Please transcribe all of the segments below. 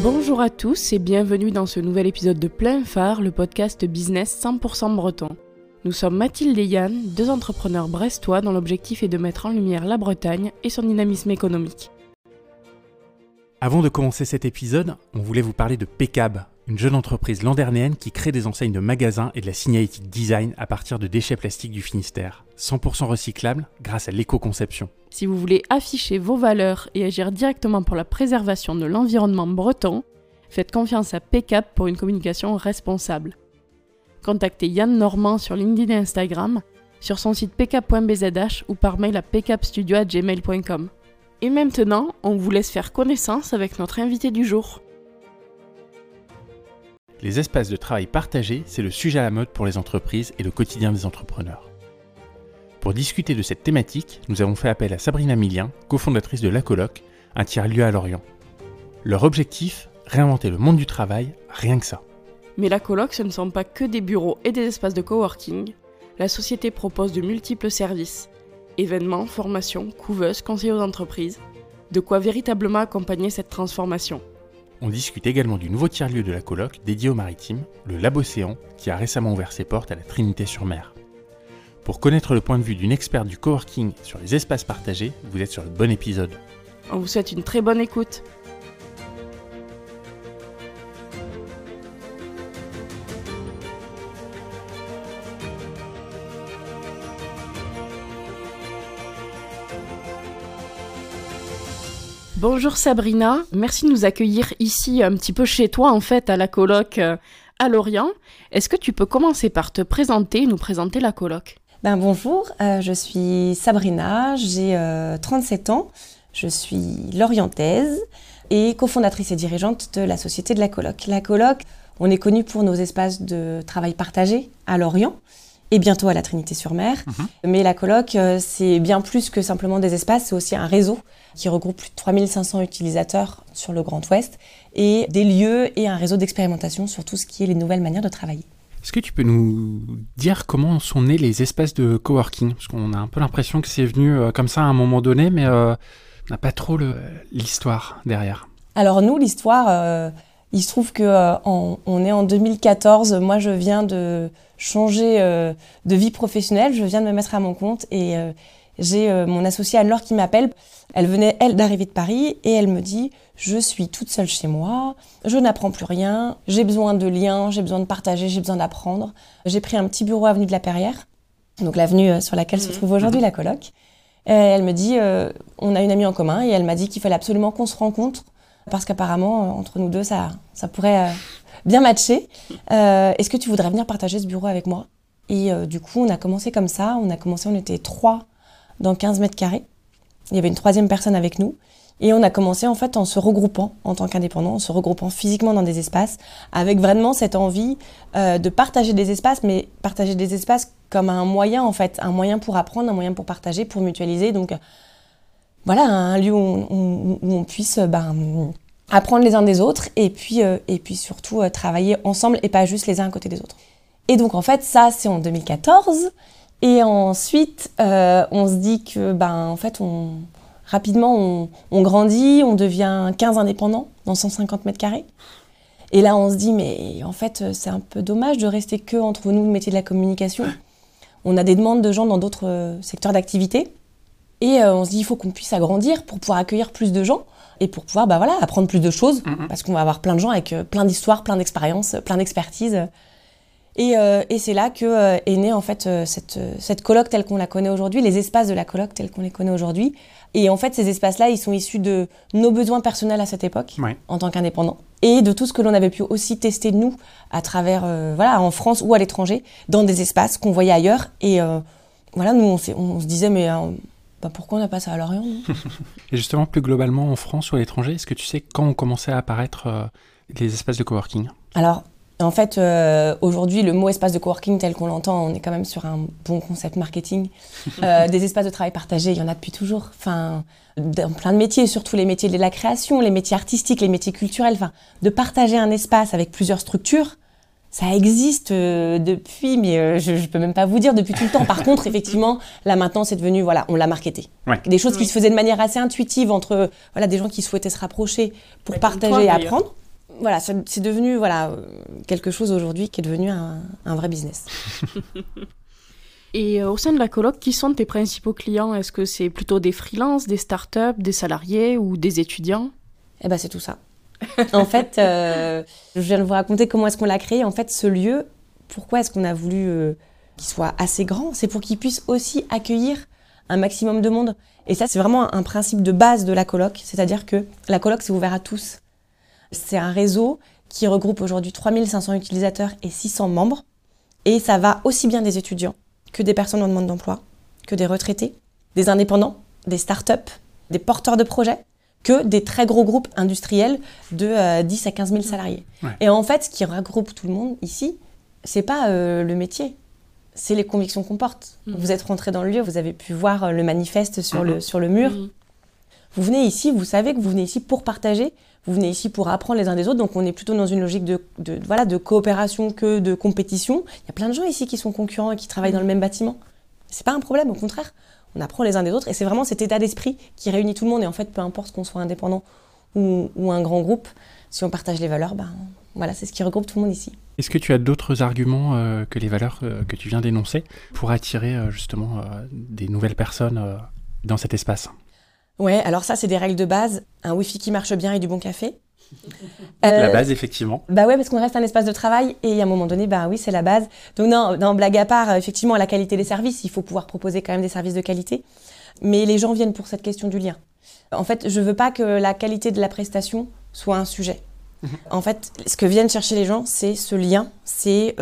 Bonjour à tous et bienvenue dans ce nouvel épisode de Plein Phare, le podcast business 100% breton. Nous sommes Mathilde et Yann, deux entrepreneurs brestois dont l'objectif est de mettre en lumière la Bretagne et son dynamisme économique. Avant de commencer cet épisode, on voulait vous parler de Pecab, une jeune entreprise landernéenne qui crée des enseignes de magasins et de la signalétique design à partir de déchets plastiques du Finistère, 100% recyclables grâce à l'éco-conception. Si vous voulez afficher vos valeurs et agir directement pour la préservation de l'environnement breton, faites confiance à Pecab pour une communication responsable. Contactez Yann Normand sur LinkedIn et Instagram, sur son site pecab.bzh ou par mail à pecabstudio@gmail.com. Et maintenant, on vous laisse faire connaissance avec notre invité du jour. Les espaces de travail partagés, c'est le sujet à la mode pour les entreprises et le quotidien des entrepreneurs. Pour discuter de cette thématique, nous avons fait appel à Sabrina Millien, cofondatrice de La Coloc, un tiers-lieu à Lorient. Leur objectif, réinventer le monde du travail, rien que ça. Mais La Coloc, ce ne sont pas que des bureaux et des espaces de coworking. La société propose de multiples services. Événements, formations, couveuses, conseils aux entreprises. De quoi véritablement accompagner cette transformation. On discute également du nouveau tiers-lieu de La Coloc dédié aux maritimes, le Lab Océan, qui a récemment ouvert ses portes à la Trinité-sur-Mer. Pour connaître le point de vue d'une experte du coworking sur les espaces partagés, vous êtes sur le bon épisode. On vous souhaite une très bonne écoute. Bonjour Sabrina, merci de nous accueillir ici un petit peu chez toi en fait à La Coloc à Lorient. Est-ce que tu peux commencer par te présenter et nous présenter La Coloc ? Bonjour, je suis Sabrina, j'ai 37 ans, je suis lorientaise et cofondatrice et dirigeante de la société de La Coloc. La Coloc, on est connu pour nos espaces de travail partagés à Lorient et bientôt à la Trinité-sur-Mer. Mais La Coloc, c'est bien plus que simplement des espaces, c'est aussi un réseau qui regroupe plus de 3500 utilisateurs sur le Grand Ouest et des lieux et un réseau d'expérimentation sur tout ce qui est les nouvelles manières de travailler. Est-ce que tu peux nous dire comment sont nés les espaces de coworking ? Parce qu'on a un peu l'impression que c'est venu comme ça à un moment donné, mais on n'a pas trop l'histoire derrière. Alors nous, l'histoire, il se trouve qu'on est en 2014. Moi, je viens de changer de vie professionnelle. Je viens de me mettre à mon compte et j'ai mon associée Anne-Laure qui m'appelle. Elle venait, elle, d'arriver de Paris et elle me dit « Je suis toute seule chez moi, je n'apprends plus rien, j'ai besoin de liens, j'ai besoin de partager, j'ai besoin d'apprendre. » J'ai pris un petit bureau avenue de la Perrière, donc l'avenue sur laquelle se trouve aujourd'hui La Coloc. Elle me dit « On a une amie en commun » et elle m'a dit qu'il fallait absolument qu'on se rencontre parce qu'apparemment, entre nous deux, ça pourrait bien matcher. Est-ce que tu voudrais venir partager ce bureau avec moi ? Et du coup, on a commencé comme ça. On était 3 dans 15 mètres carrés. Il y avait une 3e personne avec nous. Et on a commencé en fait en se regroupant en tant qu'indépendants, en se regroupant physiquement dans des espaces, avec vraiment cette envie de partager des espaces, mais partager des espaces comme un moyen en fait, un moyen pour apprendre, un moyen pour partager, pour mutualiser. Donc voilà, un lieu où on puisse apprendre les uns des autres et puis surtout travailler ensemble et pas juste les uns à côté des autres. Et donc en fait ça c'est en 2014. Et ensuite, on se dit que, en fait, rapidement, on grandit, on devient 15 indépendants dans 150 mètres carrés. Et là, on se dit, mais en fait, c'est un peu dommage de rester que entre nous, le métier de la communication. On a des demandes de gens dans d'autres secteurs d'activité. Et on se dit, il faut qu'on puisse agrandir pour pouvoir accueillir plus de gens et pour pouvoir, apprendre plus de choses. Parce qu'on va avoir plein de gens avec plein d'histoires, plein d'expériences, plein d'expertise. Et c'est là que est née en fait cette coloc telle qu'on la connaît aujourd'hui, les espaces de La Coloc tels qu'on les connaît aujourd'hui. Et en fait, ces espaces-là, ils sont issus de nos besoins personnels à cette époque, en tant qu'indépendants, et de tout ce que l'on avait pu aussi tester nous à travers, en France ou à l'étranger, dans des espaces qu'on voyait ailleurs. Et nous, on se disait, mais pourquoi on n'a pas ça à Lorient Et justement, plus globalement, en France ou à l'étranger, est-ce que tu sais quand ont commencé à apparaître les espaces de coworking ? Alors, en fait, aujourd'hui, le mot espace de coworking tel qu'on l'entend, on est quand même sur un bon concept marketing. Des espaces de travail partagés, il y en a depuis toujours. Enfin, dans plein de métiers, surtout les métiers de la création, les métiers artistiques, les métiers culturels. Enfin, de partager un espace avec plusieurs structures, ça existe depuis, mais je peux même pas vous dire depuis tout le temps. Par contre, effectivement, là maintenant, c'est devenu, on l'a marketé. Ouais. Des choses qui se faisaient de manière assez intuitive entre des gens qui souhaitaient se rapprocher pour partager et apprendre. voilà, c'est devenu quelque chose aujourd'hui qui est devenu un vrai business. Et au sein de la coloc, qui sont tes principaux clients? Est-ce que c'est plutôt des freelances, des startups, des salariés ou des étudiants? Eh ben, c'est tout ça. En fait, je viens de vous raconter comment est-ce qu'on l'a créé. En fait, ce lieu, pourquoi est-ce qu'on a voulu qu'il soit assez grand? C'est pour qu'il puisse aussi accueillir un maximum de monde. Et ça, c'est vraiment un principe de base de la coloc. C'est-à-dire que la coloc, c'est ouvert à tous. C'est un réseau qui regroupe aujourd'hui 3500 utilisateurs et 600 membres. Et ça va aussi bien des étudiants que des personnes en demande d'emploi, que des retraités, des indépendants, des startups, des porteurs de projets, que des très gros groupes industriels de 10 à 15 000 salariés. Ouais. Et en fait, ce qui regroupe tout le monde ici, c'est pas le métier, c'est les convictions qu'on porte. Vous êtes rentrés dans le lieu, vous avez pu voir le manifeste sur le mur. Vous venez ici, vous savez que vous venez ici pour partager, vous venez ici pour apprendre les uns des autres, donc on est plutôt dans une logique de coopération que de compétition. Il y a plein de gens ici qui sont concurrents et qui travaillent dans le même bâtiment. C'est pas un problème, au contraire. On apprend les uns des autres et c'est vraiment cet état d'esprit qui réunit tout le monde. Et en fait, peu importe qu'on soit indépendant ou un grand groupe, si on partage les valeurs, voilà, c'est ce qui regroupe tout le monde ici. Est-ce que tu as d'autres arguments que les valeurs que tu viens d'énoncer pour attirer justement des nouvelles personnes dans cet espace? Ouais, alors ça, c'est des règles de base. Un Wi-Fi qui marche bien et du bon café. La base, effectivement. Bah ouais, parce qu'on reste un espace de travail et à un moment donné, oui, c'est la base. Donc non, blague à part, effectivement, la qualité des services, il faut pouvoir proposer quand même des services de qualité. Mais les gens viennent pour cette question du lien. En fait, je veux pas que la qualité de la prestation soit un sujet. En fait, ce que viennent chercher les gens, c'est ce lien, c'est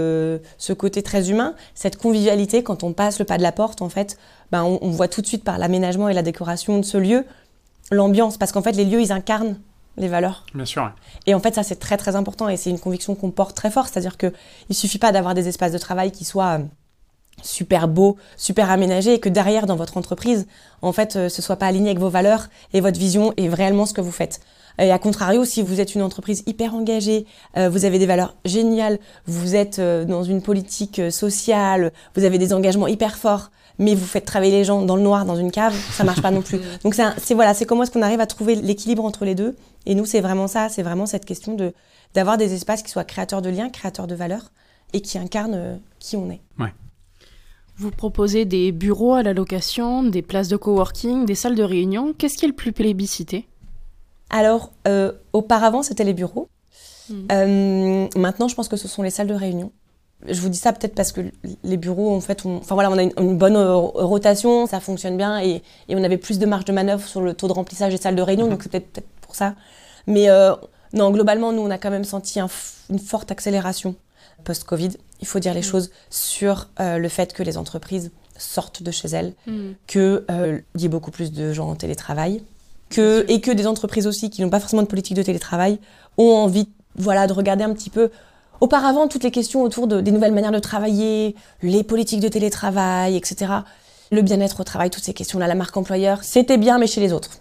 ce côté très humain, cette convivialité. Quand on passe le pas de la porte, en fait, on voit tout de suite par l'aménagement et la décoration de ce lieu, l'ambiance. Parce qu'en fait, les lieux, ils incarnent les valeurs. Bien sûr. Ouais. Et en fait, ça, c'est très, très important. Et c'est une conviction qu'on porte très fort. C'est-à-dire qu'il ne suffit pas d'avoir des espaces de travail qui soient super beaux, super aménagés, et que derrière, dans votre entreprise, en fait, ce soit pas aligné avec vos valeurs et votre vision et réellement ce que vous faites. Et à contrario, si vous êtes une entreprise hyper engagée, vous avez des valeurs géniales, vous êtes dans une politique sociale, vous avez des engagements hyper forts, mais vous faites travailler les gens dans le noir, dans une cave, ça marche pas non plus. Donc c'est comment est-ce qu'on arrive à trouver l'équilibre entre les deux. Et nous, c'est vraiment ça, c'est vraiment cette question d'avoir des espaces qui soient créateurs de liens, créateurs de valeurs, et qui incarnent qui on est. Ouais. Vous proposez des bureaux à la location, des places de coworking, des salles de réunion. Qu'est-ce qui est le plus plébiscité ? Alors, auparavant, c'était les bureaux. Maintenant, je pense que ce sont les salles de réunion. Je vous dis ça peut-être parce que les bureaux, en fait, on a une bonne rotation, ça fonctionne bien et on avait plus de marge de manœuvre sur le taux de remplissage des salles de réunion, donc c'est peut-être pour ça. Mais non, globalement, nous, on a quand même senti une forte accélération post-Covid, il faut dire les choses, sur le fait que les entreprises sortent de chez elles, qu'il y ait beaucoup plus de gens en télétravail, et que des entreprises aussi qui n'ont pas forcément de politique de télétravail ont envie de regarder un petit peu. Auparavant, toutes les questions autour des nouvelles manières de travailler, les politiques de télétravail, etc., le bien-être au travail, toutes ces questions-là, la marque employeur, c'était bien, mais chez les autres.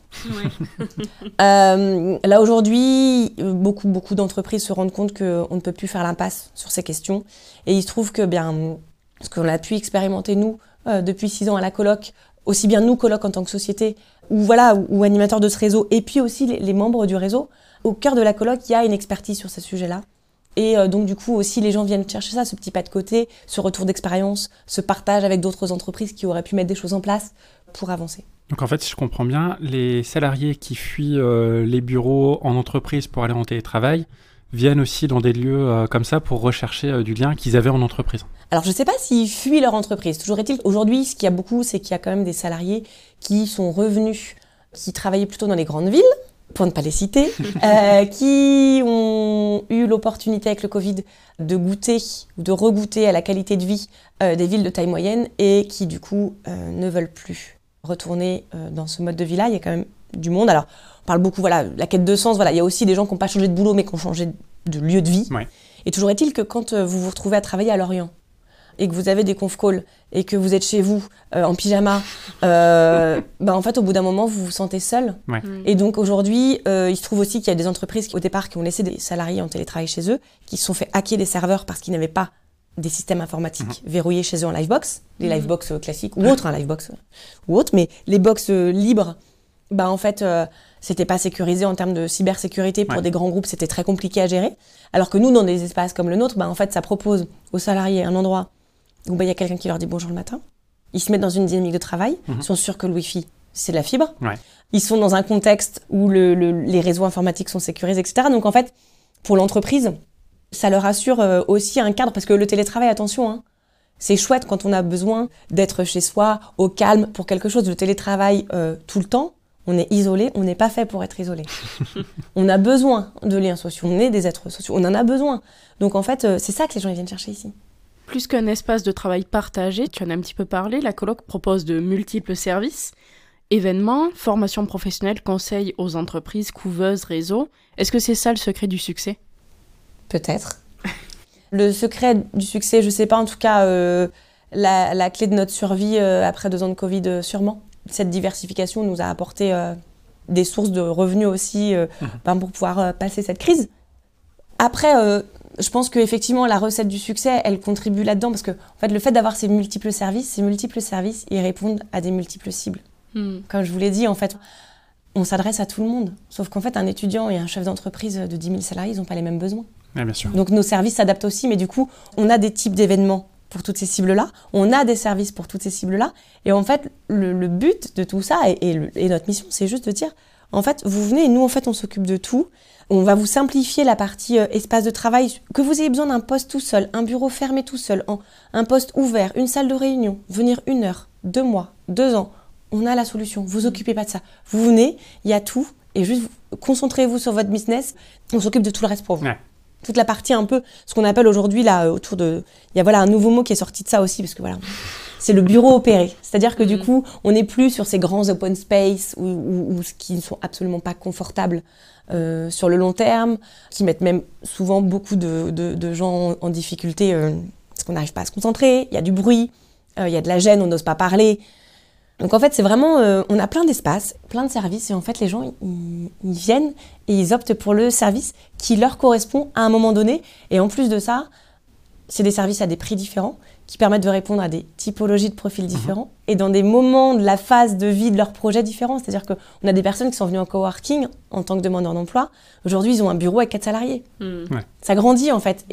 Ouais. Là, aujourd'hui, beaucoup d'entreprises se rendent compte qu'on ne peut plus faire l'impasse sur ces questions. Et il se trouve que, ce qu'on a pu expérimenter, nous, depuis 6 ans à la coloc, aussi bien nous, coloc en tant que société, ou animateurs de ce réseau, et puis aussi les membres du réseau, au cœur de la coloc, il y a une expertise sur ces sujets-là. Et donc, du coup, aussi, les gens viennent chercher ça, ce petit pas de côté, ce retour d'expérience, ce partage avec d'autres entreprises qui auraient pu mettre des choses en place pour avancer. Donc, en fait, si je comprends bien, les salariés qui fuient les bureaux en entreprise pour aller en télétravail viennent aussi dans des lieux comme ça pour rechercher du lien qu'ils avaient en entreprise. Alors, je ne sais pas s'ils fuient leur entreprise. Toujours est-il qu'aujourd'hui, ce qu'il y a beaucoup, c'est qu'il y a quand même des salariés qui sont revenus, qui travaillaient plutôt dans les grandes villes, pour ne pas les citer, qui ont eu l'opportunité avec le Covid de goûter ou de regoûter à la qualité de vie des villes de taille moyenne et qui du coup ne veulent plus retourner dans ce mode de vie-là. Il y a quand même du monde. Alors, on parle beaucoup, la quête de sens. Il y a aussi des gens qui n'ont pas changé de boulot mais qui ont changé de lieu de vie. Ouais. Et toujours est-il que quand vous vous retrouvez à travailler à Lorient, et que vous avez des conf calls et que vous êtes chez vous en pyjama, en fait, au bout d'un moment, vous vous sentez seul. Ouais. Et donc, aujourd'hui, il se trouve aussi qu'il y a des entreprises qui, au départ, qui ont laissé des salariés en télétravail chez eux, qui se sont fait hacker des serveurs parce qu'ils n'avaient pas des systèmes informatiques verrouillés chez eux en Livebox, les Livebox classiques ou autres, Livebox ou autres, mais les box libres en fait, c'était pas sécurisé en termes de cybersécurité. Pour des grands groupes, c'était très compliqué à gérer. Alors que nous, dans des espaces comme le nôtre, en fait, ça propose aux salariés un endroit où il y a quelqu'un qui leur dit bonjour le matin. Ils se mettent dans une dynamique de travail. Ils sont sûrs que le Wi-Fi, c'est de la fibre. Ils sont dans un contexte où les réseaux informatiques sont sécurisés, etc. Donc, en fait, pour l'entreprise, ça leur assure aussi un cadre. Parce que le télétravail, attention, hein, c'est chouette quand on a besoin d'être chez soi, au calme, pour quelque chose. Le télétravail, tout le temps, on est isolé, on n'est pas fait pour être isolé. On a besoin de liens sociaux, on est des êtres sociaux, on en a besoin. Donc en fait, c'est ça que les gens ils viennent chercher ici. Plus qu'un espace de travail partagé, tu en as un petit peu parlé, la coloc propose de multiples services, événements, formation professionnelle, conseils aux entreprises, couveuses, réseaux. Est-ce que c'est ça le secret du succès ? Peut-être. Le secret du succès, je sais pas, en tout cas, la clé de notre survie après 2 ans de Covid, sûrement. Cette diversification nous a apporté des sources de revenus aussi pour pouvoir passer cette crise. Après, je pense qu'effectivement, la recette du succès, elle contribue là-dedans parce que en fait, le fait d'avoir ces multiples services, ils répondent à des multiples cibles. Comme je vous l'ai dit, en fait, on s'adresse à tout le monde. Sauf qu'en fait, un étudiant et un chef d'entreprise de 10 000 salariés, ils n'ont pas les mêmes besoins. Ah, bien sûr. Donc nos services s'adaptent aussi, mais du coup, on a des types d'événements pour toutes ces cibles-là, on a des services pour toutes ces cibles-là, et en fait, le but de tout ça, et notre mission, c'est juste de dire, en fait, vous venez, et nous, en fait, on s'occupe de tout, on va vous simplifier la partie espace de travail, que vous ayez besoin d'un poste tout seul, un bureau fermé tout seul, un poste ouvert, une salle de réunion, venir 1 heure, 2 mois, 2 ans, on a la solution, vous occupez pas de ça. Vous venez, il y a tout, et juste concentrez-vous sur votre business, on s'occupe de tout le reste pour vous. Ouais. Toute la partie un peu, ce qu'on appelle aujourd'hui là autour de... Il y a un nouveau mot qui est sorti de ça aussi, parce que c'est le bureau opéré. C'est-à-dire que du coup, on n'est plus sur ces grands open space ou qui ne sont absolument pas confortables sur le long terme, qui mettent même souvent beaucoup de gens en difficulté parce qu'on n'arrive pas à se concentrer, il y a du bruit, il y a de la gêne, on n'ose pas parler. Donc en fait, c'est vraiment, on a plein d'espaces, plein de services, et en fait, les gens, ils viennent et ils optent pour le service qui leur correspond à un moment donné. Et en plus de ça, c'est des services à des prix différents qui permettent de répondre à des typologies de profils différents et dans des moments de la phase de vie de leur projet différents. C'est-à-dire qu'on a des personnes qui sont venues en coworking en tant que demandeurs d'emploi. Aujourd'hui, ils ont un bureau avec 4 salariés. Ouais. Ça grandit en fait,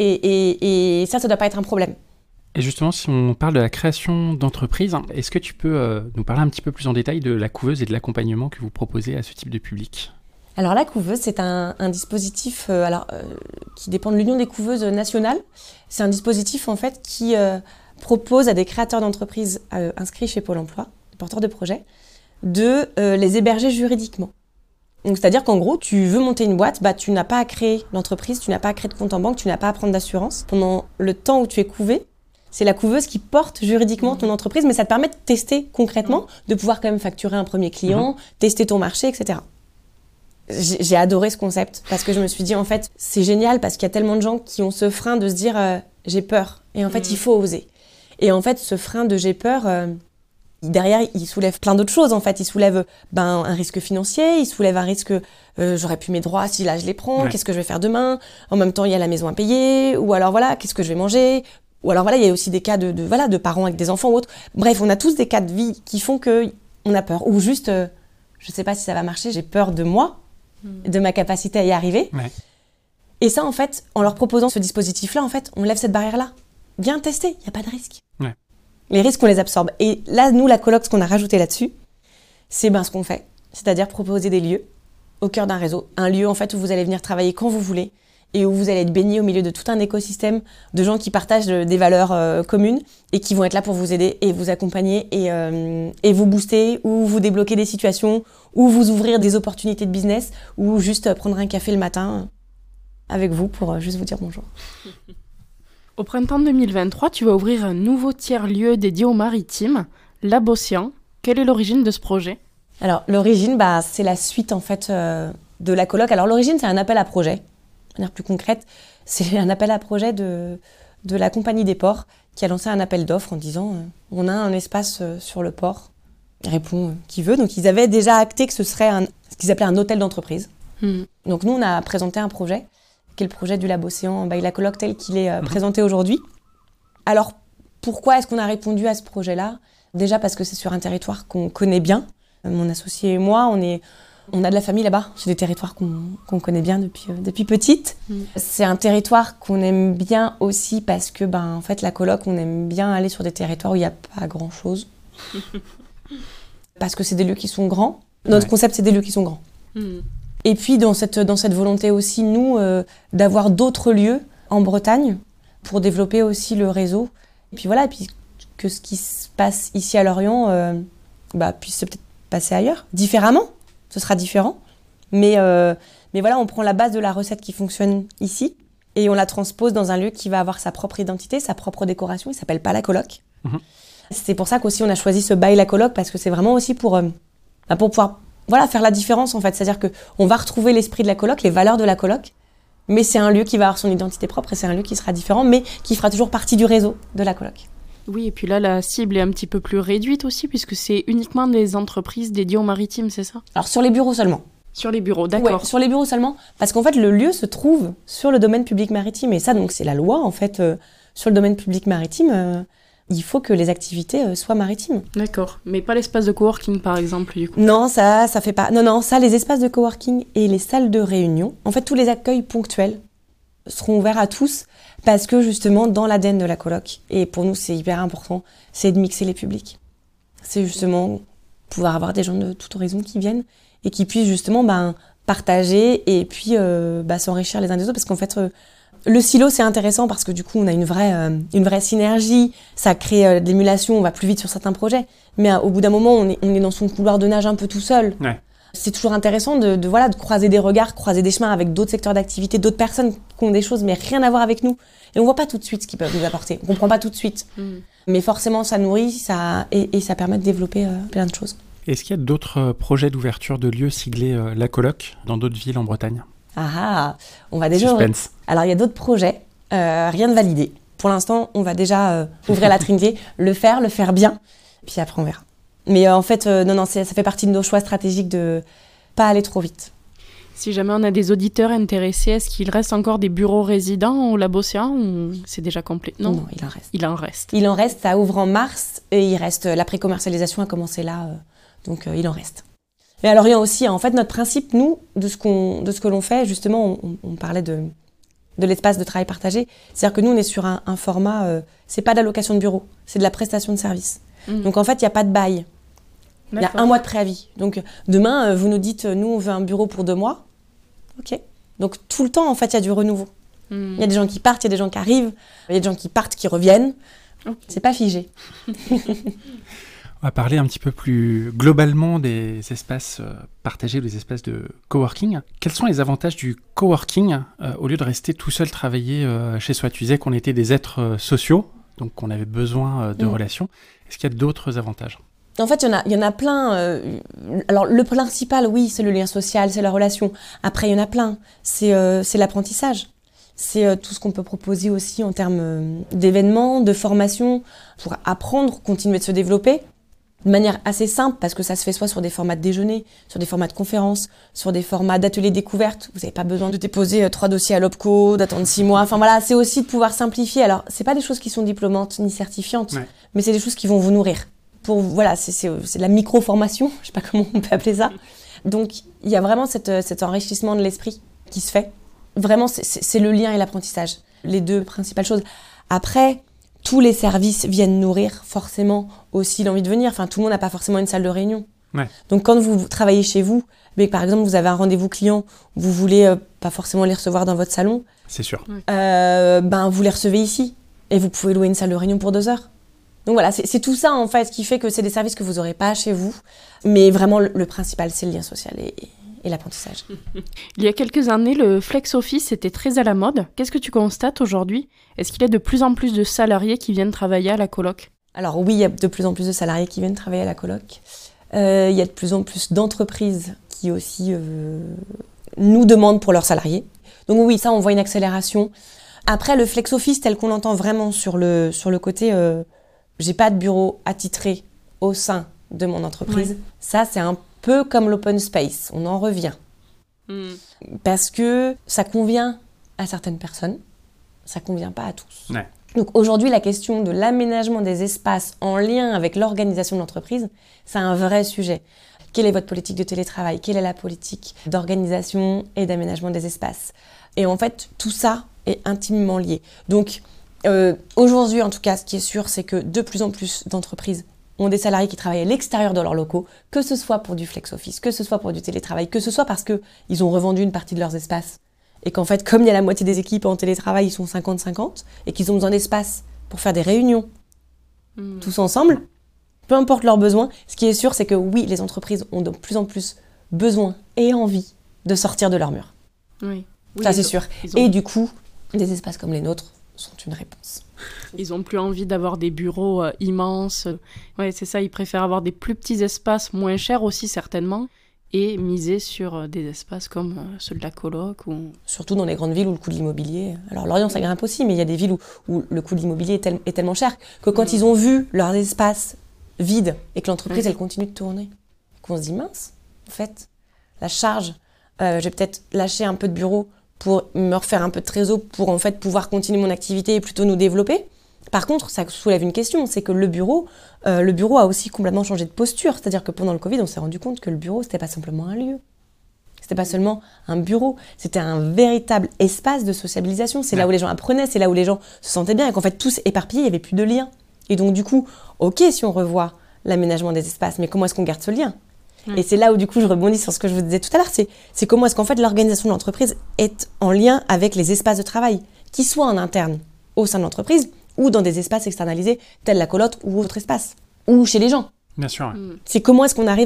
et ça doit pas être un problème. Et justement, si on parle de la création d'entreprise, est-ce que tu peux nous parler un petit peu plus en détail de la couveuse et de l'accompagnement que vous proposez à ce type de public ? Alors la couveuse, c'est un dispositif qui dépend de l'Union des couveuses nationales. C'est un dispositif en fait qui propose à des créateurs d'entreprises inscrits chez Pôle emploi, des porteurs de projets, de les héberger juridiquement. Donc c'est-à-dire qu'en gros, tu veux monter une boîte, tu n'as pas à créer l'entreprise, tu n'as pas à créer de compte en banque, tu n'as pas à prendre d'assurance. Pendant le temps où tu es couvé, c'est la couveuse qui porte juridiquement ton entreprise, mais ça te permet de tester concrètement, de pouvoir quand même facturer un premier client, tester ton marché, etc. J'ai adoré ce concept parce que je me suis dit, en fait, c'est génial parce qu'il y a tellement de gens qui ont ce frein de se dire j'ai peur. Et en fait, il faut oser. Et en fait, ce frein de j'ai peur, derrière, il soulève plein d'autres choses. En fait, il soulève un risque financier, il soulève un risque j'aurais plus mes droits si là je les prends, qu'est-ce que je vais faire demain ? En même temps, il y a la maison à payer, ou alors qu'est-ce que je vais manger ? Ou alors il y a aussi des cas de parents avec des enfants ou autres. Bref, on a tous des cas de vie qui font qu'on a peur. Ou juste, je sais pas si ça va marcher, j'ai peur de moi, de ma capacité à y arriver. Ouais. Et ça, en fait, en leur proposant ce dispositif-là, en fait, on lève cette barrière-là. Viens tester, il n'y a pas de risque. Ouais. Les risques, on les absorbe. Et là, nous, la coloc, ce qu'on a rajouté là-dessus, c'est ce qu'on fait. C'est-à-dire proposer des lieux au cœur d'un réseau. Un lieu, en fait, où vous allez venir travailler quand vous voulez, et où vous allez être baigné au milieu de tout un écosystème de gens qui partagent des valeurs communes et qui vont être là pour vous aider et vous accompagner et vous booster ou vous débloquer des situations ou vous ouvrir des opportunités de business ou juste prendre un café le matin avec vous pour juste vous dire bonjour. Au printemps 2023, tu vas ouvrir un nouveau tiers-lieu dédié aux maritimes, Labocéan. Quelle est l'origine de ce projet ? Alors l'origine, c'est la suite en fait de la coloc. Alors l'origine, c'est un appel à projet. De manière plus concrète, c'est un appel à projet de la Compagnie des ports qui a lancé un appel d'offres en disant on a un espace sur le port, répond qui veut. Donc ils avaient déjà acté que ce serait ce qu'ils appelaient un hôtel d'entreprise. Donc nous, on a présenté un projet, qui est le projet du Labocéan by la coloc tel qu'il est présenté aujourd'hui. Alors pourquoi est-ce qu'on a répondu à ce projet-là ? Déjà parce que c'est sur un territoire qu'on connaît bien. Mon associé et moi, on a de la famille là-bas. C'est des territoires qu'on connaît bien depuis petite. C'est un territoire qu'on aime bien aussi parce que, en fait, la coloc, on aime bien aller sur des territoires où il n'y a pas grand-chose. Parce que c'est des lieux qui sont grands. Notre concept, c'est des lieux qui sont grands. Et puis, dans cette volonté aussi, nous, d'avoir d'autres lieux en Bretagne pour développer aussi le réseau. Et puis voilà, et puis que ce qui se passe ici à Lorient puisse peut-être passer ailleurs, différemment. Ce sera différent. Mais voilà, on prend la base de la recette qui fonctionne ici et on la transpose dans un lieu qui va avoir sa propre identité, sa propre décoration. Il ne s'appelle pas la coloc. C'est pour ça qu'aussi on a choisi ce bail la coloc, parce que c'est vraiment aussi pour pouvoir faire la différence en fait. C'est-à-dire qu'on va retrouver l'esprit de la coloc, les valeurs de la coloc, mais c'est un lieu qui va avoir son identité propre et c'est un lieu qui sera différent, mais qui fera toujours partie du réseau de la coloc. Oui, et puis là, la cible est un petit peu plus réduite aussi, puisque c'est uniquement des entreprises dédiées au maritime, c'est ça ? Alors, sur les bureaux seulement. Sur les bureaux, d'accord. Ouais, sur les bureaux seulement, parce qu'en fait, le lieu se trouve sur le domaine public maritime. Et ça, donc, c'est la loi, en fait, sur le domaine public maritime, il faut que les activités soient maritimes. D'accord, mais pas l'espace de coworking, par exemple, du coup. Non, ça fait pas... Non, ça, les espaces de coworking et les salles de réunion, en fait, tous les accueils ponctuels seront ouverts à tous, parce que justement, dans l'ADN de la coloc, et pour nous c'est hyper important, c'est de mixer les publics. C'est justement pouvoir avoir des gens de tout horizon qui viennent et qui puissent justement partager et puis s'enrichir les uns des autres, parce qu'en fait, le silo c'est intéressant parce que du coup on a une vraie synergie, ça crée de l'émulation, on va plus vite sur certains projets, mais au bout d'un moment on est dans son couloir de nage un peu tout seul. Ouais. C'est toujours intéressant de croiser des regards, croiser des chemins avec d'autres secteurs d'activité, d'autres personnes qui ont des choses mais rien à voir avec nous. Et on voit pas tout de suite ce qu'ils peuvent nous apporter. On comprend pas tout de suite. Mais forcément, ça nourrit et ça permet de développer plein de choses. Est-ce qu'il y a d'autres projets d'ouverture de lieux siglés la coloc dans d'autres villes en Bretagne ? On va déjà... Suspense. Alors, il y a d'autres projets, rien de validé. Pour l'instant, on va déjà ouvrir la Trinité, le faire bien, puis après on verra. Mais en fait, non, ça fait partie de nos choix stratégiques de pas aller trop vite. Si jamais on a des auditeurs intéressés, est-ce qu'il reste encore des bureaux résidents au Lab-Océan ou c'est déjà complet ? Non, il en reste. Il en reste, ça ouvre en mars et il reste, la précommercialisation a commencé là, donc il en reste. Mais alors il y a aussi, en fait, notre principe, nous, de ce que l'on fait, justement, on parlait de l'espace de travail partagé, c'est-à-dire que nous, on est sur un format, c'est pas de la location de bureau, c'est de la prestation de service. Donc en fait, il n'y a pas de bail. Il y a 1 mois de préavis. Donc demain, vous nous dites, nous, on veut un bureau pour 2 mois. Ok. Donc tout le temps, en fait, il y a du renouveau. Il y a des gens qui partent, il y a des gens qui arrivent, il y a des gens qui partent, qui reviennent. Okay. C'est pas figé. On va parler un petit peu plus globalement des espaces partagés, des espaces de coworking. Quels sont les avantages du coworking au lieu de rester tout seul travailler chez soi ? Tu disais qu'on était des êtres sociaux, donc qu'on avait besoin de relations. Est-ce qu'il y a d'autres avantages ? En fait, il y en a plein. Alors, le principal, oui, c'est le lien social, c'est la relation. Après, il y en a plein. C'est l'apprentissage. C'est tout ce qu'on peut proposer aussi en termes d'événements, de formation, pour apprendre, continuer de se développer de manière assez simple, parce que ça se fait soit sur des formats de déjeuner, sur des formats de conférences, sur des formats d'ateliers découvertes. Vous n'avez pas besoin de déposer 3 dossiers à l'OPCO, d'attendre 6 mois. Enfin voilà, c'est aussi de pouvoir simplifier. Alors, c'est pas des choses qui sont diplômantes ni certifiantes, mais c'est des choses qui vont vous nourrir. C'est de la micro-formation, je sais pas comment on peut appeler ça. Donc, il y a vraiment cet enrichissement de l'esprit qui se fait. Vraiment, c'est le lien et l'apprentissage, les 2 principales choses. Après, tous les services viennent nourrir forcément aussi l'envie de venir. Enfin, tout le monde n'a pas forcément une salle de réunion. Ouais. Donc, quand vous travaillez chez vous, mais par exemple, vous avez un rendez-vous client, vous voulez pas forcément les recevoir dans votre salon. C'est sûr. Vous les recevez ici. Et vous pouvez louer une salle de réunion pour 2 heures. Donc voilà, c'est tout ça en fait qui fait que c'est des services que vous n'aurez pas chez vous. Mais vraiment, le principal, c'est le lien social et l'apprentissage. Il y a quelques années, le flex office était très à la mode. Qu'est-ce que tu constates aujourd'hui ? Est-ce qu'il y a de plus en plus de salariés qui viennent travailler à la coloc ? Alors oui, il y a de plus en plus de salariés qui viennent travailler à la coloc. Il y a de plus en plus d'entreprises qui aussi nous demandent pour leurs salariés. Donc oui, ça, on voit une accélération. Après, le flex office tel qu'on l'entend vraiment sur le côté... j'ai pas de bureau attitré au sein de mon entreprise. Ouais. Ça, c'est un peu comme l'open space. On en revient. Parce que ça convient à certaines personnes, ça convient pas à tous. Ouais. Donc aujourd'hui, la question de l'aménagement des espaces en lien avec l'organisation de l'entreprise, c'est un vrai sujet. Quelle est votre politique de télétravail? Quelle est la politique d'organisation et d'aménagement des espaces? Et en fait, tout ça est intimement lié. Donc, aujourd'hui, en tout cas, ce qui est sûr, c'est que de plus en plus d'entreprises ont des salariés qui travaillent à l'extérieur de leurs locaux, que ce soit pour du flex office, que ce soit pour du télétravail, que ce soit parce qu'ils ont revendu une partie de leurs espaces et qu'en fait, comme il y a la moitié des équipes en télétravail, ils sont 50-50 et qu'ils ont besoin d'espace pour faire des réunions tous ensemble, peu importe leurs besoins. Ce qui est sûr, c'est que oui, les entreprises ont de plus en plus besoin et envie de sortir de leur mur. Oui. Ça, c'est sûr. Et du coup, des espaces comme les nôtres sont une réponse. Ils n'ont plus envie d'avoir des bureaux immenses. Ouais, c'est ça, ils préfèrent avoir des plus petits espaces, moins chers aussi certainement, et miser sur des espaces comme ceux de la coloc. Surtout dans les grandes villes où le coût de l'immobilier... Alors Lorient, ça grimpe aussi, mais il y a des villes où le coût de l'immobilier est tellement cher que quand ils ont vu leurs espaces vides et que l'entreprise, elle continue de tourner, qu'on se dit, mince, en fait, la charge, je vais peut-être lâcher un peu de bureau pour me refaire un peu de trésor pour en fait pouvoir continuer mon activité et plutôt nous développer. Par contre, ça soulève une question, c'est que le bureau a aussi complètement changé de posture. C'est-à-dire que pendant le Covid, on s'est rendu compte que le bureau, c'était pas simplement un lieu. C'était pas seulement un bureau, c'était un véritable espace de sociabilisation. C'est là où les gens apprenaient, c'est là où les gens se sentaient bien et qu'en fait, tous éparpillés, il n'y avait plus de lien. Et donc du coup, ok si on revoit l'aménagement des espaces, mais comment est-ce qu'on garde ce lien ? Et c'est là où du coup je rebondis sur ce que je vous disais tout à l'heure, c'est comment est-ce qu'en fait l'organisation de l'entreprise est en lien avec les espaces de travail, qu'ils soient en interne au sein de l'entreprise ou dans des espaces externalisés tels la coloc ou autre espace, ou chez les gens. Bien sûr. Ouais. C'est comment est-ce qu'on arrive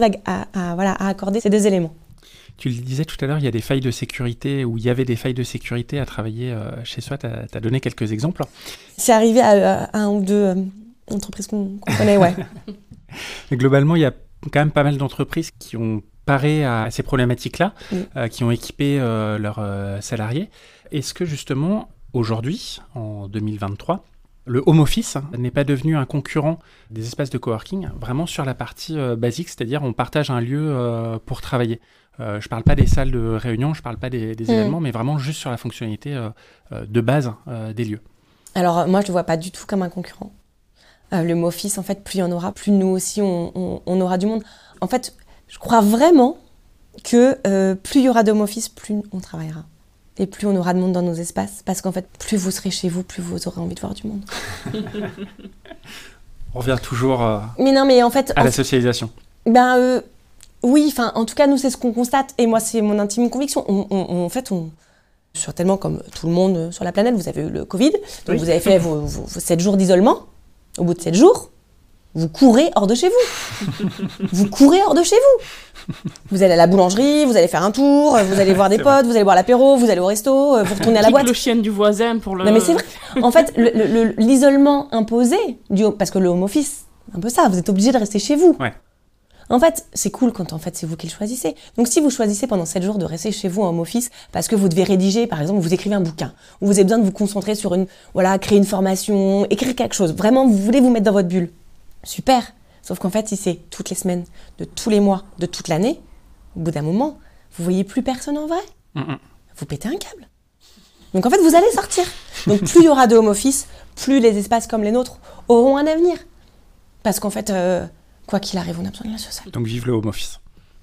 à accorder ces deux éléments. Tu le disais tout à l'heure, il y a des failles de sécurité, ou il y avait des failles de sécurité à travailler chez soi. Tu as donné quelques exemples. C'est arrivé à un ou deux entreprises qu'on connaît, ouais. Mais globalement, il y a quand même pas mal d'entreprises qui ont paré à ces problématiques-là, qui ont équipé leurs salariés. Est-ce que justement, aujourd'hui, en 2023, le home office n'est pas devenu un concurrent des espaces de coworking, vraiment sur la partie basique, c'est-à-dire on partage un lieu pour travailler. Je ne parle pas des salles de réunion, je ne parle pas des événements, mais vraiment juste sur la fonctionnalité de base des lieux. Alors moi, je ne le vois pas du tout comme un concurrent. Le home office, en fait, plus il y en aura, plus nous aussi, on aura du monde. En fait, je crois vraiment que plus il y aura de home office, plus on travaillera. Et plus on aura de monde dans nos espaces. Parce qu'en fait, plus vous serez chez vous, plus vous aurez envie de voir du monde. On revient toujours mais en fait, à la socialisation. Oui, en tout cas, nous, c'est ce qu'on constate. Et moi, c'est mon intime conviction. En fait, certainement, comme tout le monde sur la planète, vous avez eu le Covid. Donc, vous avez fait vos 7 jours d'isolement. Au bout de 7 jours, vous courez hors de chez vous. Vous courez hors de chez vous. Vous allez à la boulangerie, vous allez faire un tour, vous allez voir des potes, vous allez boire l'apéro, vous allez au resto, vous retournez à la boîte. Le chien du voisin pour le... Non mais c'est vrai. En fait, l'isolement imposé, parce que le home office, un peu ça, vous êtes obligé de rester chez vous. Ouais. En fait, c'est cool quand en fait c'est vous qui le choisissez. Donc si vous choisissez pendant 7 jours de rester chez vous en home office parce que vous devez rédiger, par exemple, vous écrivez un bouquin, ou vous avez besoin de vous concentrer sur créer une formation, écrire quelque chose, vraiment vous voulez vous mettre dans votre bulle, super. Sauf qu'en fait, si c'est toutes les semaines, de tous les mois, de toute l'année, au bout d'un moment, vous voyez plus personne en vrai. Vous pétez un câble. Donc en fait, vous allez sortir. Donc plus il y aura de home office, plus les espaces comme les nôtres auront un avenir. Parce qu'en fait, quoi qu'il arrive, on a besoin de lien social. Donc vive le home office.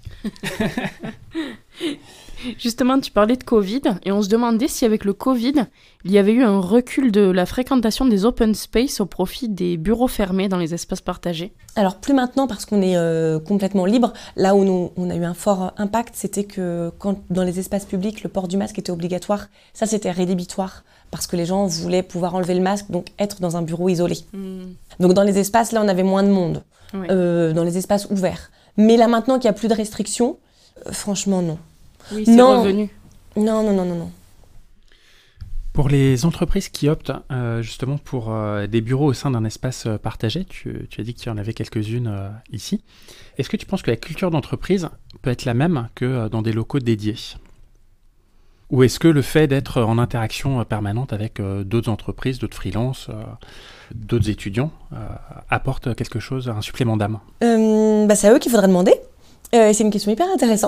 Justement, tu parlais de Covid et on se demandait si avec le Covid, il y avait eu un recul de la fréquentation des open space au profit des bureaux fermés dans les espaces partagés. Alors plus maintenant parce qu'on est complètement libre. Là où on a eu un fort impact, c'était que quand dans les espaces publics, le port du masque était obligatoire. Ça, c'était rédhibitoire parce que les gens voulaient pouvoir enlever le masque, donc être dans un bureau isolé. Donc dans les espaces, là, on avait moins de monde, dans les espaces ouverts. Mais là, maintenant qu'il n'y a plus de restrictions, franchement, non. Oui, c'est revenu. Non. Pour les entreprises qui optent justement pour des bureaux au sein d'un espace partagé, tu as dit qu'il y en avait quelques-unes ici. Est-ce que tu penses que la culture d'entreprise peut être la même que dans des locaux dédiés ? Ou est-ce que le fait d'être en interaction permanente avec d'autres entreprises, d'autres freelances, d'autres étudiants apporte quelque chose, un supplément d'âme ? C'est à eux qu'il faudrait demander. C'est une question hyper intéressante.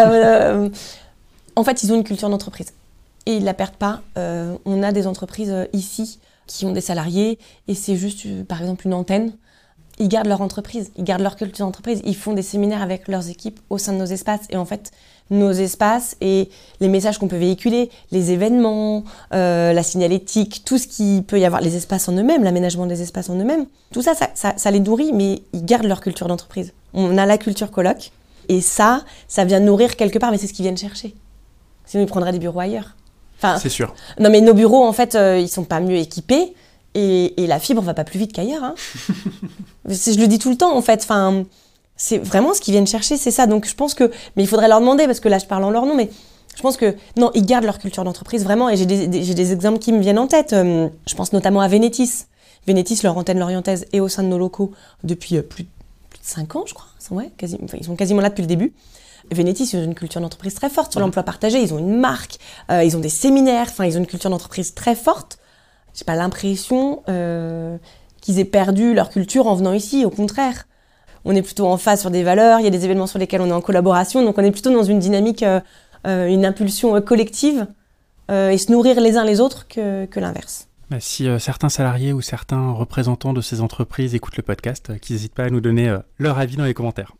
En fait, ils ont une culture d'entreprise. Et ils ne la perdent pas. On a des entreprises ici qui ont des salariés et c'est juste, par exemple, une antenne. ils gardent leur entreprise, ils gardent leur culture d'entreprise, ils font des séminaires avec leurs équipes au sein de nos espaces. Et en fait, nos espaces et les messages qu'on peut véhiculer, les événements, la signalétique, tout ce qui peut y avoir, les espaces en eux-mêmes, l'aménagement des espaces en eux-mêmes, tout ça, ça les nourrit, mais ils gardent leur culture d'entreprise. On a la culture coloc, et ça vient nourrir quelque part, mais c'est ce qu'ils viennent chercher. Sinon, ils prendraient des bureaux ailleurs. Enfin, c'est sûr. Non, mais nos bureaux, en fait, ils sont pas mieux équipés, et la fibre va pas plus vite qu'ailleurs. Hein. Je le dis tout le temps, en fait. Enfin, c'est vraiment ce qu'ils viennent chercher, c'est ça. Donc je pense que, mais il faudrait leur demander, parce que là je parle en leur nom, mais je pense que, non, ils gardent leur culture d'entreprise, vraiment, et j'ai des exemples qui me viennent en tête. Je pense notamment à Vénétis. Vénétis, leur antenne lorientaise, est au sein de nos locaux depuis plus de 5 ans, je crois. Ouais, ils sont quasiment là depuis le début. Vénétis, ils ont une culture d'entreprise très forte sur l'emploi partagé, ils ont une marque, ils ont des séminaires, enfin, ils ont une culture d'entreprise très forte. J'ai pas l'impression qu'ils aient perdu leur culture en venant ici, au contraire. On est plutôt en phase sur des valeurs, il y a des événements sur lesquels on est en collaboration, donc on est plutôt dans une dynamique, une impulsion collective, et se nourrir les uns les autres que l'inverse. Si certains salariés ou certains représentants de ces entreprises écoutent le podcast, qu'ils n'hésitent pas à nous donner leur avis dans les commentaires.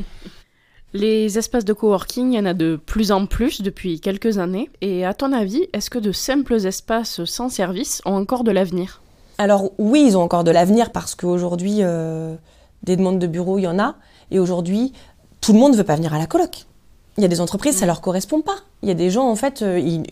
Les espaces de coworking, il y en a de plus en plus depuis quelques années. Et à ton avis, est-ce que de simples espaces sans service ont encore de l'avenir ? Alors oui, ils ont encore de l'avenir parce qu'aujourd'hui, des demandes de bureaux, il y en a. Et aujourd'hui, tout le monde ne veut pas venir à la coloc. Il y a des entreprises, ça ne leur correspond pas. Il y a des gens, en fait,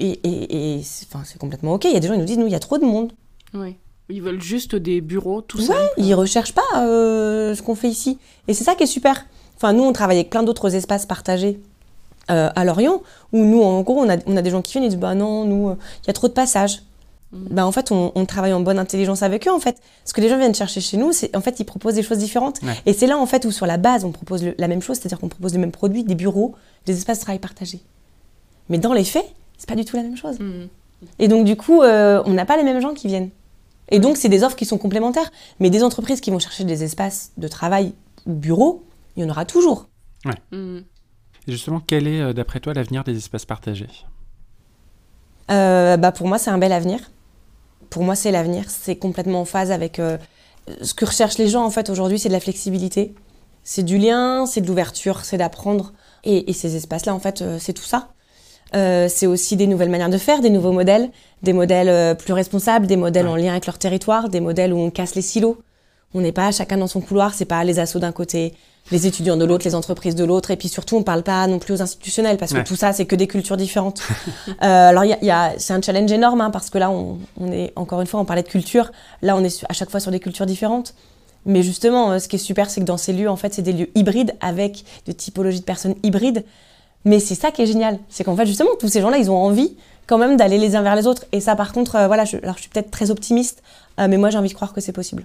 c'est complètement OK. Il y a des gens qui nous disent, nous, il y a trop de monde. Oui. Ils veulent juste des bureaux, tout ça. Ouais, ils ne recherchent pas ce qu'on fait ici. Et c'est ça qui est super. Enfin, nous, on travaille avec plein d'autres espaces partagés à Lorient, où nous, en gros, on a des gens qui viennent et disent, bah non, nous, il y a trop de passages. Ben, en fait, on travaille en bonne intelligence avec eux, en fait. Ce que les gens viennent chercher chez nous, c'est, en fait, ils proposent des choses différentes. Ouais. Et c'est là, en fait, où sur la base, on propose la même chose, c'est-à-dire qu'on propose le même produit, des bureaux, des espaces de travail partagés. Mais dans les faits, c'est pas du tout la même chose. Et donc, du coup, on n'a pas les mêmes gens qui viennent. Et donc, c'est des offres qui sont complémentaires. Mais des entreprises qui vont chercher des espaces de travail ou bureaux, il y en aura toujours. Ouais. Et justement, quel est, d'après toi, l'avenir des espaces partagés ? Pour moi, c'est un bel avenir. Pour moi, c'est l'avenir. C'est complètement en phase avec ce que recherchent les gens, en fait, aujourd'hui, c'est de la flexibilité. C'est du lien, c'est de l'ouverture, c'est d'apprendre. Et ces espaces-là, en fait, c'est tout ça. C'est aussi des nouvelles manières de faire, des nouveaux modèles, des modèles plus responsables, des modèles en lien avec leur territoire, des modèles où on casse les silos. On n'est pas chacun dans son couloir, c'est pas les assos d'un côté, les étudiants de l'autre, les entreprises de l'autre, et puis surtout on parle pas non plus aux institutionnels parce que tout ça c'est que des cultures différentes. Alors c'est un challenge énorme parce que là on est encore une fois on parlait de culture, là on est à chaque fois sur des cultures différentes. Mais justement ce qui est super c'est que dans ces lieux en fait c'est des lieux hybrides avec des typologies de personnes hybrides. Mais c'est ça qui est génial, c'est qu'en fait justement tous ces gens-là ils ont envie quand même d'aller les uns vers les autres. Et ça par contre alors je suis peut-être très optimiste, mais moi j'ai envie de croire que c'est possible.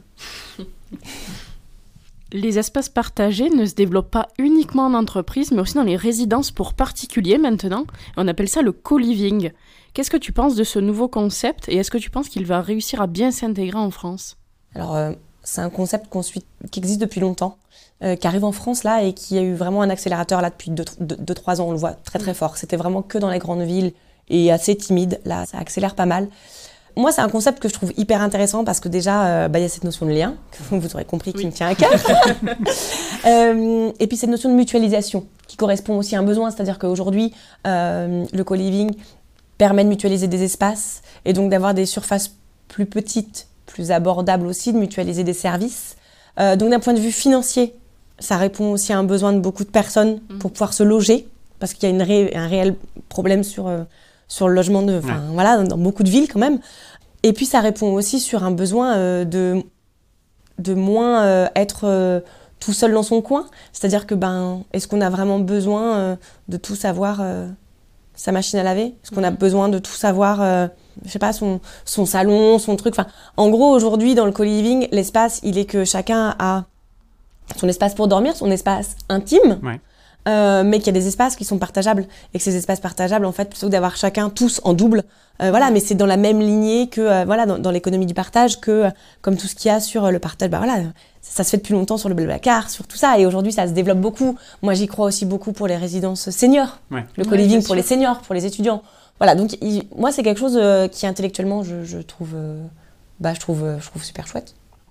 Les espaces partagés ne se développent pas uniquement en entreprise, mais aussi dans les résidences pour particuliers maintenant. On appelle ça le co-living. Qu'est-ce que tu penses de ce nouveau concept et est-ce que tu penses qu'il va réussir à bien s'intégrer en France ? Alors, c'est un concept qui existe depuis longtemps, qui arrive en France là et qui a eu vraiment un accélérateur là depuis 2-3 ans. On le voit très très fort. C'était vraiment que dans les grandes villes et assez timide. Là, ça accélère pas mal. Moi, c'est un concept que je trouve hyper intéressant parce que déjà, y a cette notion de lien, que vous aurez compris qui me tient à cœur. Et puis cette notion de mutualisation qui correspond aussi à un besoin, c'est-à-dire qu'aujourd'hui, le co-living permet de mutualiser des espaces et donc d'avoir des surfaces plus petites, plus abordables aussi, de mutualiser des services. Donc d'un point de vue financier, ça répond aussi à un besoin de beaucoup de personnes pour pouvoir se loger parce qu'il y a un réel problème sur le logement dans beaucoup de villes quand même. Et puis ça répond aussi sur un besoin de moins être tout seul dans son coin. C'est-à-dire que est-ce qu'on a vraiment besoin de tout savoir sa machine à laver ? Est-ce qu'on a besoin de tout savoir je sais pas, son salon, son truc. Enfin, en gros, aujourd'hui, dans le co-living, l'espace, il est que chacun a son espace pour dormir, son espace intime. Ouais. Mais qu'il y a des espaces qui sont partageables et que ces espaces partageables, en fait, plutôt que d'avoir chacun tous en double, mais c'est dans la même lignée que dans l'économie du partage, que comme tout ce qu'il y a sur le partage, ça se fait depuis longtemps sur le Blablacar, sur tout ça, et aujourd'hui ça se développe beaucoup. Moi j'y crois aussi beaucoup pour les résidences seniors, le co-living pour les seniors, pour les étudiants. Voilà, donc moi c'est quelque chose qui intellectuellement je trouve super chouette.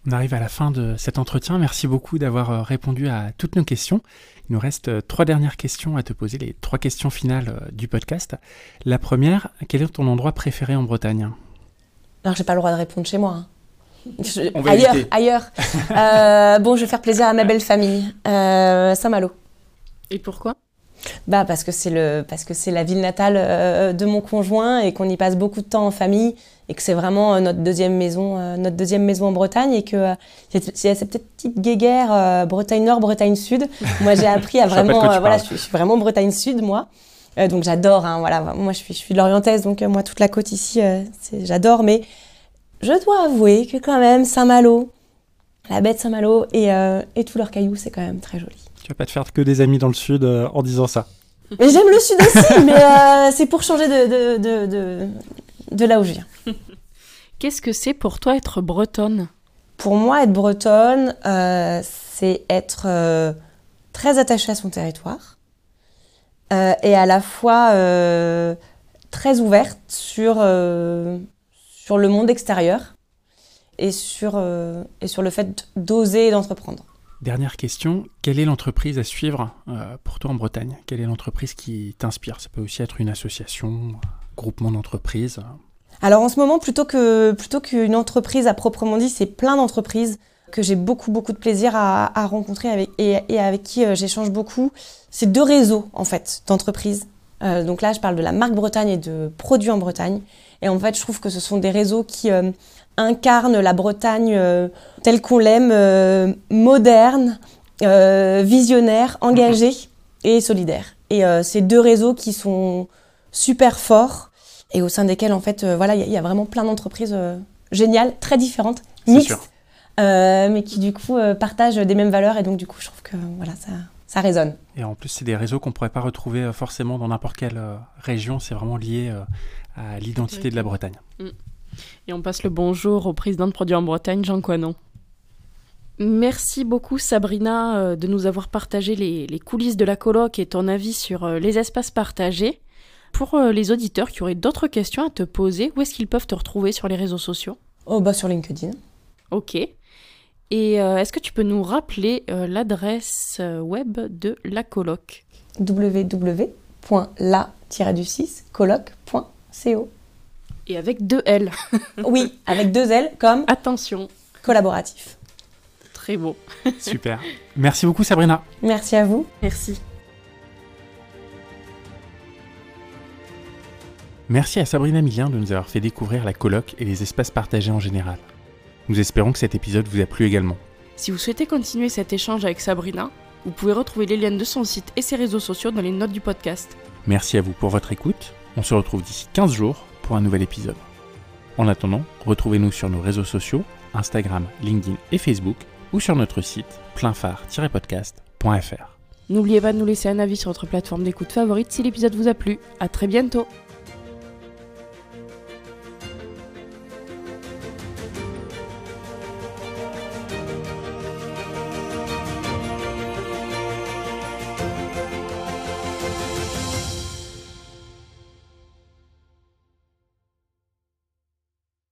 On arrive à la fin de cet entretien. Merci beaucoup d'avoir répondu à toutes nos questions. Il nous reste 3 dernières questions à te poser, les 3 questions finales du podcast. La première, quel est ton endroit préféré en Bretagne ? Alors, j'ai pas le droit de répondre chez moi. On va ailleurs. Bon, je vais faire plaisir à ma belle famille. Saint-Malo. Et pourquoi ? Parce que c'est la ville natale de mon conjoint et qu'on y passe beaucoup de temps en famille et que c'est vraiment notre deuxième maison en Bretagne et que il y a cette petite guéguerre Bretagne Nord, Bretagne Sud. Moi, j'ai appris à vraiment, je suis vraiment Bretagne Sud, moi. Donc j'adore, moi je suis de l'Orientaise, donc moi toute la côte ici, j'adore. Mais je dois avouer que quand même Saint-Malo, la baie de Saint-Malo et tous leurs cailloux, c'est quand même très joli. Tu vas pas te faire que des amis dans le sud en disant ça. Mais j'aime le sud aussi, mais c'est pour changer de là où je viens. Qu'est-ce que c'est pour toi être bretonne ? Pour moi, être bretonne, c'est être très attachée à son territoire et à la fois très ouverte sur le monde extérieur et sur le fait d'oser et d'entreprendre. Dernière question, quelle est l'entreprise à suivre pour toi en Bretagne ? Quelle est l'entreprise qui t'inspire ? Ça peut aussi être une association, un groupement d'entreprises. Alors en ce moment, plutôt qu'une entreprise à proprement dit, c'est plein d'entreprises que j'ai beaucoup de plaisir à rencontrer et avec qui j'échange beaucoup. C'est 2 réseaux en fait d'entreprises. Donc là, je parle de la marque Bretagne et de produits en Bretagne. Et en fait, je trouve que ce sont des réseaux qui incarnent la Bretagne telle qu'on l'aime, moderne, visionnaire, engagée et solidaire. Et c'est 2 réseaux qui sont super forts et au sein desquels, en fait, il y a vraiment plein d'entreprises géniales, très différentes, mixtes, mais qui du coup partagent des mêmes valeurs. Et donc, du coup, je trouve que ça résonne. Et en plus, c'est des réseaux qu'on ne pourrait pas retrouver forcément dans n'importe quelle région. C'est vraiment lié à l'identité de la Bretagne. Et on passe le bonjour au président de Produits en Bretagne, Jean Coinon. Merci beaucoup Sabrina de nous avoir partagé les coulisses de la coloc et ton avis sur les espaces partagés. Pour les auditeurs qui auraient d'autres questions à te poser, où est-ce qu'ils peuvent te retrouver sur les réseaux sociaux ? Sur LinkedIn. Ok. Et est-ce que tu peux nous rappeler l'adresse web de la coloc ? www.la-coloc.co. Et avec 2 L. Oui, avec 2 L comme... Attention. Collaboratif. Très beau. Super. Merci beaucoup Sabrina. Merci à vous. Merci. Merci à Sabrina Millien de nous avoir fait découvrir la coloc et les espaces partagés en général. Nous espérons que cet épisode vous a plu également. Si vous souhaitez continuer cet échange avec Sabrina, vous pouvez retrouver les liens de son site et ses réseaux sociaux dans les notes du podcast. Merci à vous pour votre écoute. On se retrouve d'ici 15 jours pour un nouvel épisode. En attendant, retrouvez-nous sur nos réseaux sociaux, Instagram, LinkedIn et Facebook, ou sur notre site pleinphare-podcast.fr. N'oubliez pas de nous laisser un avis sur votre plateforme d'écoute favorite si l'épisode vous a plu. À très bientôt.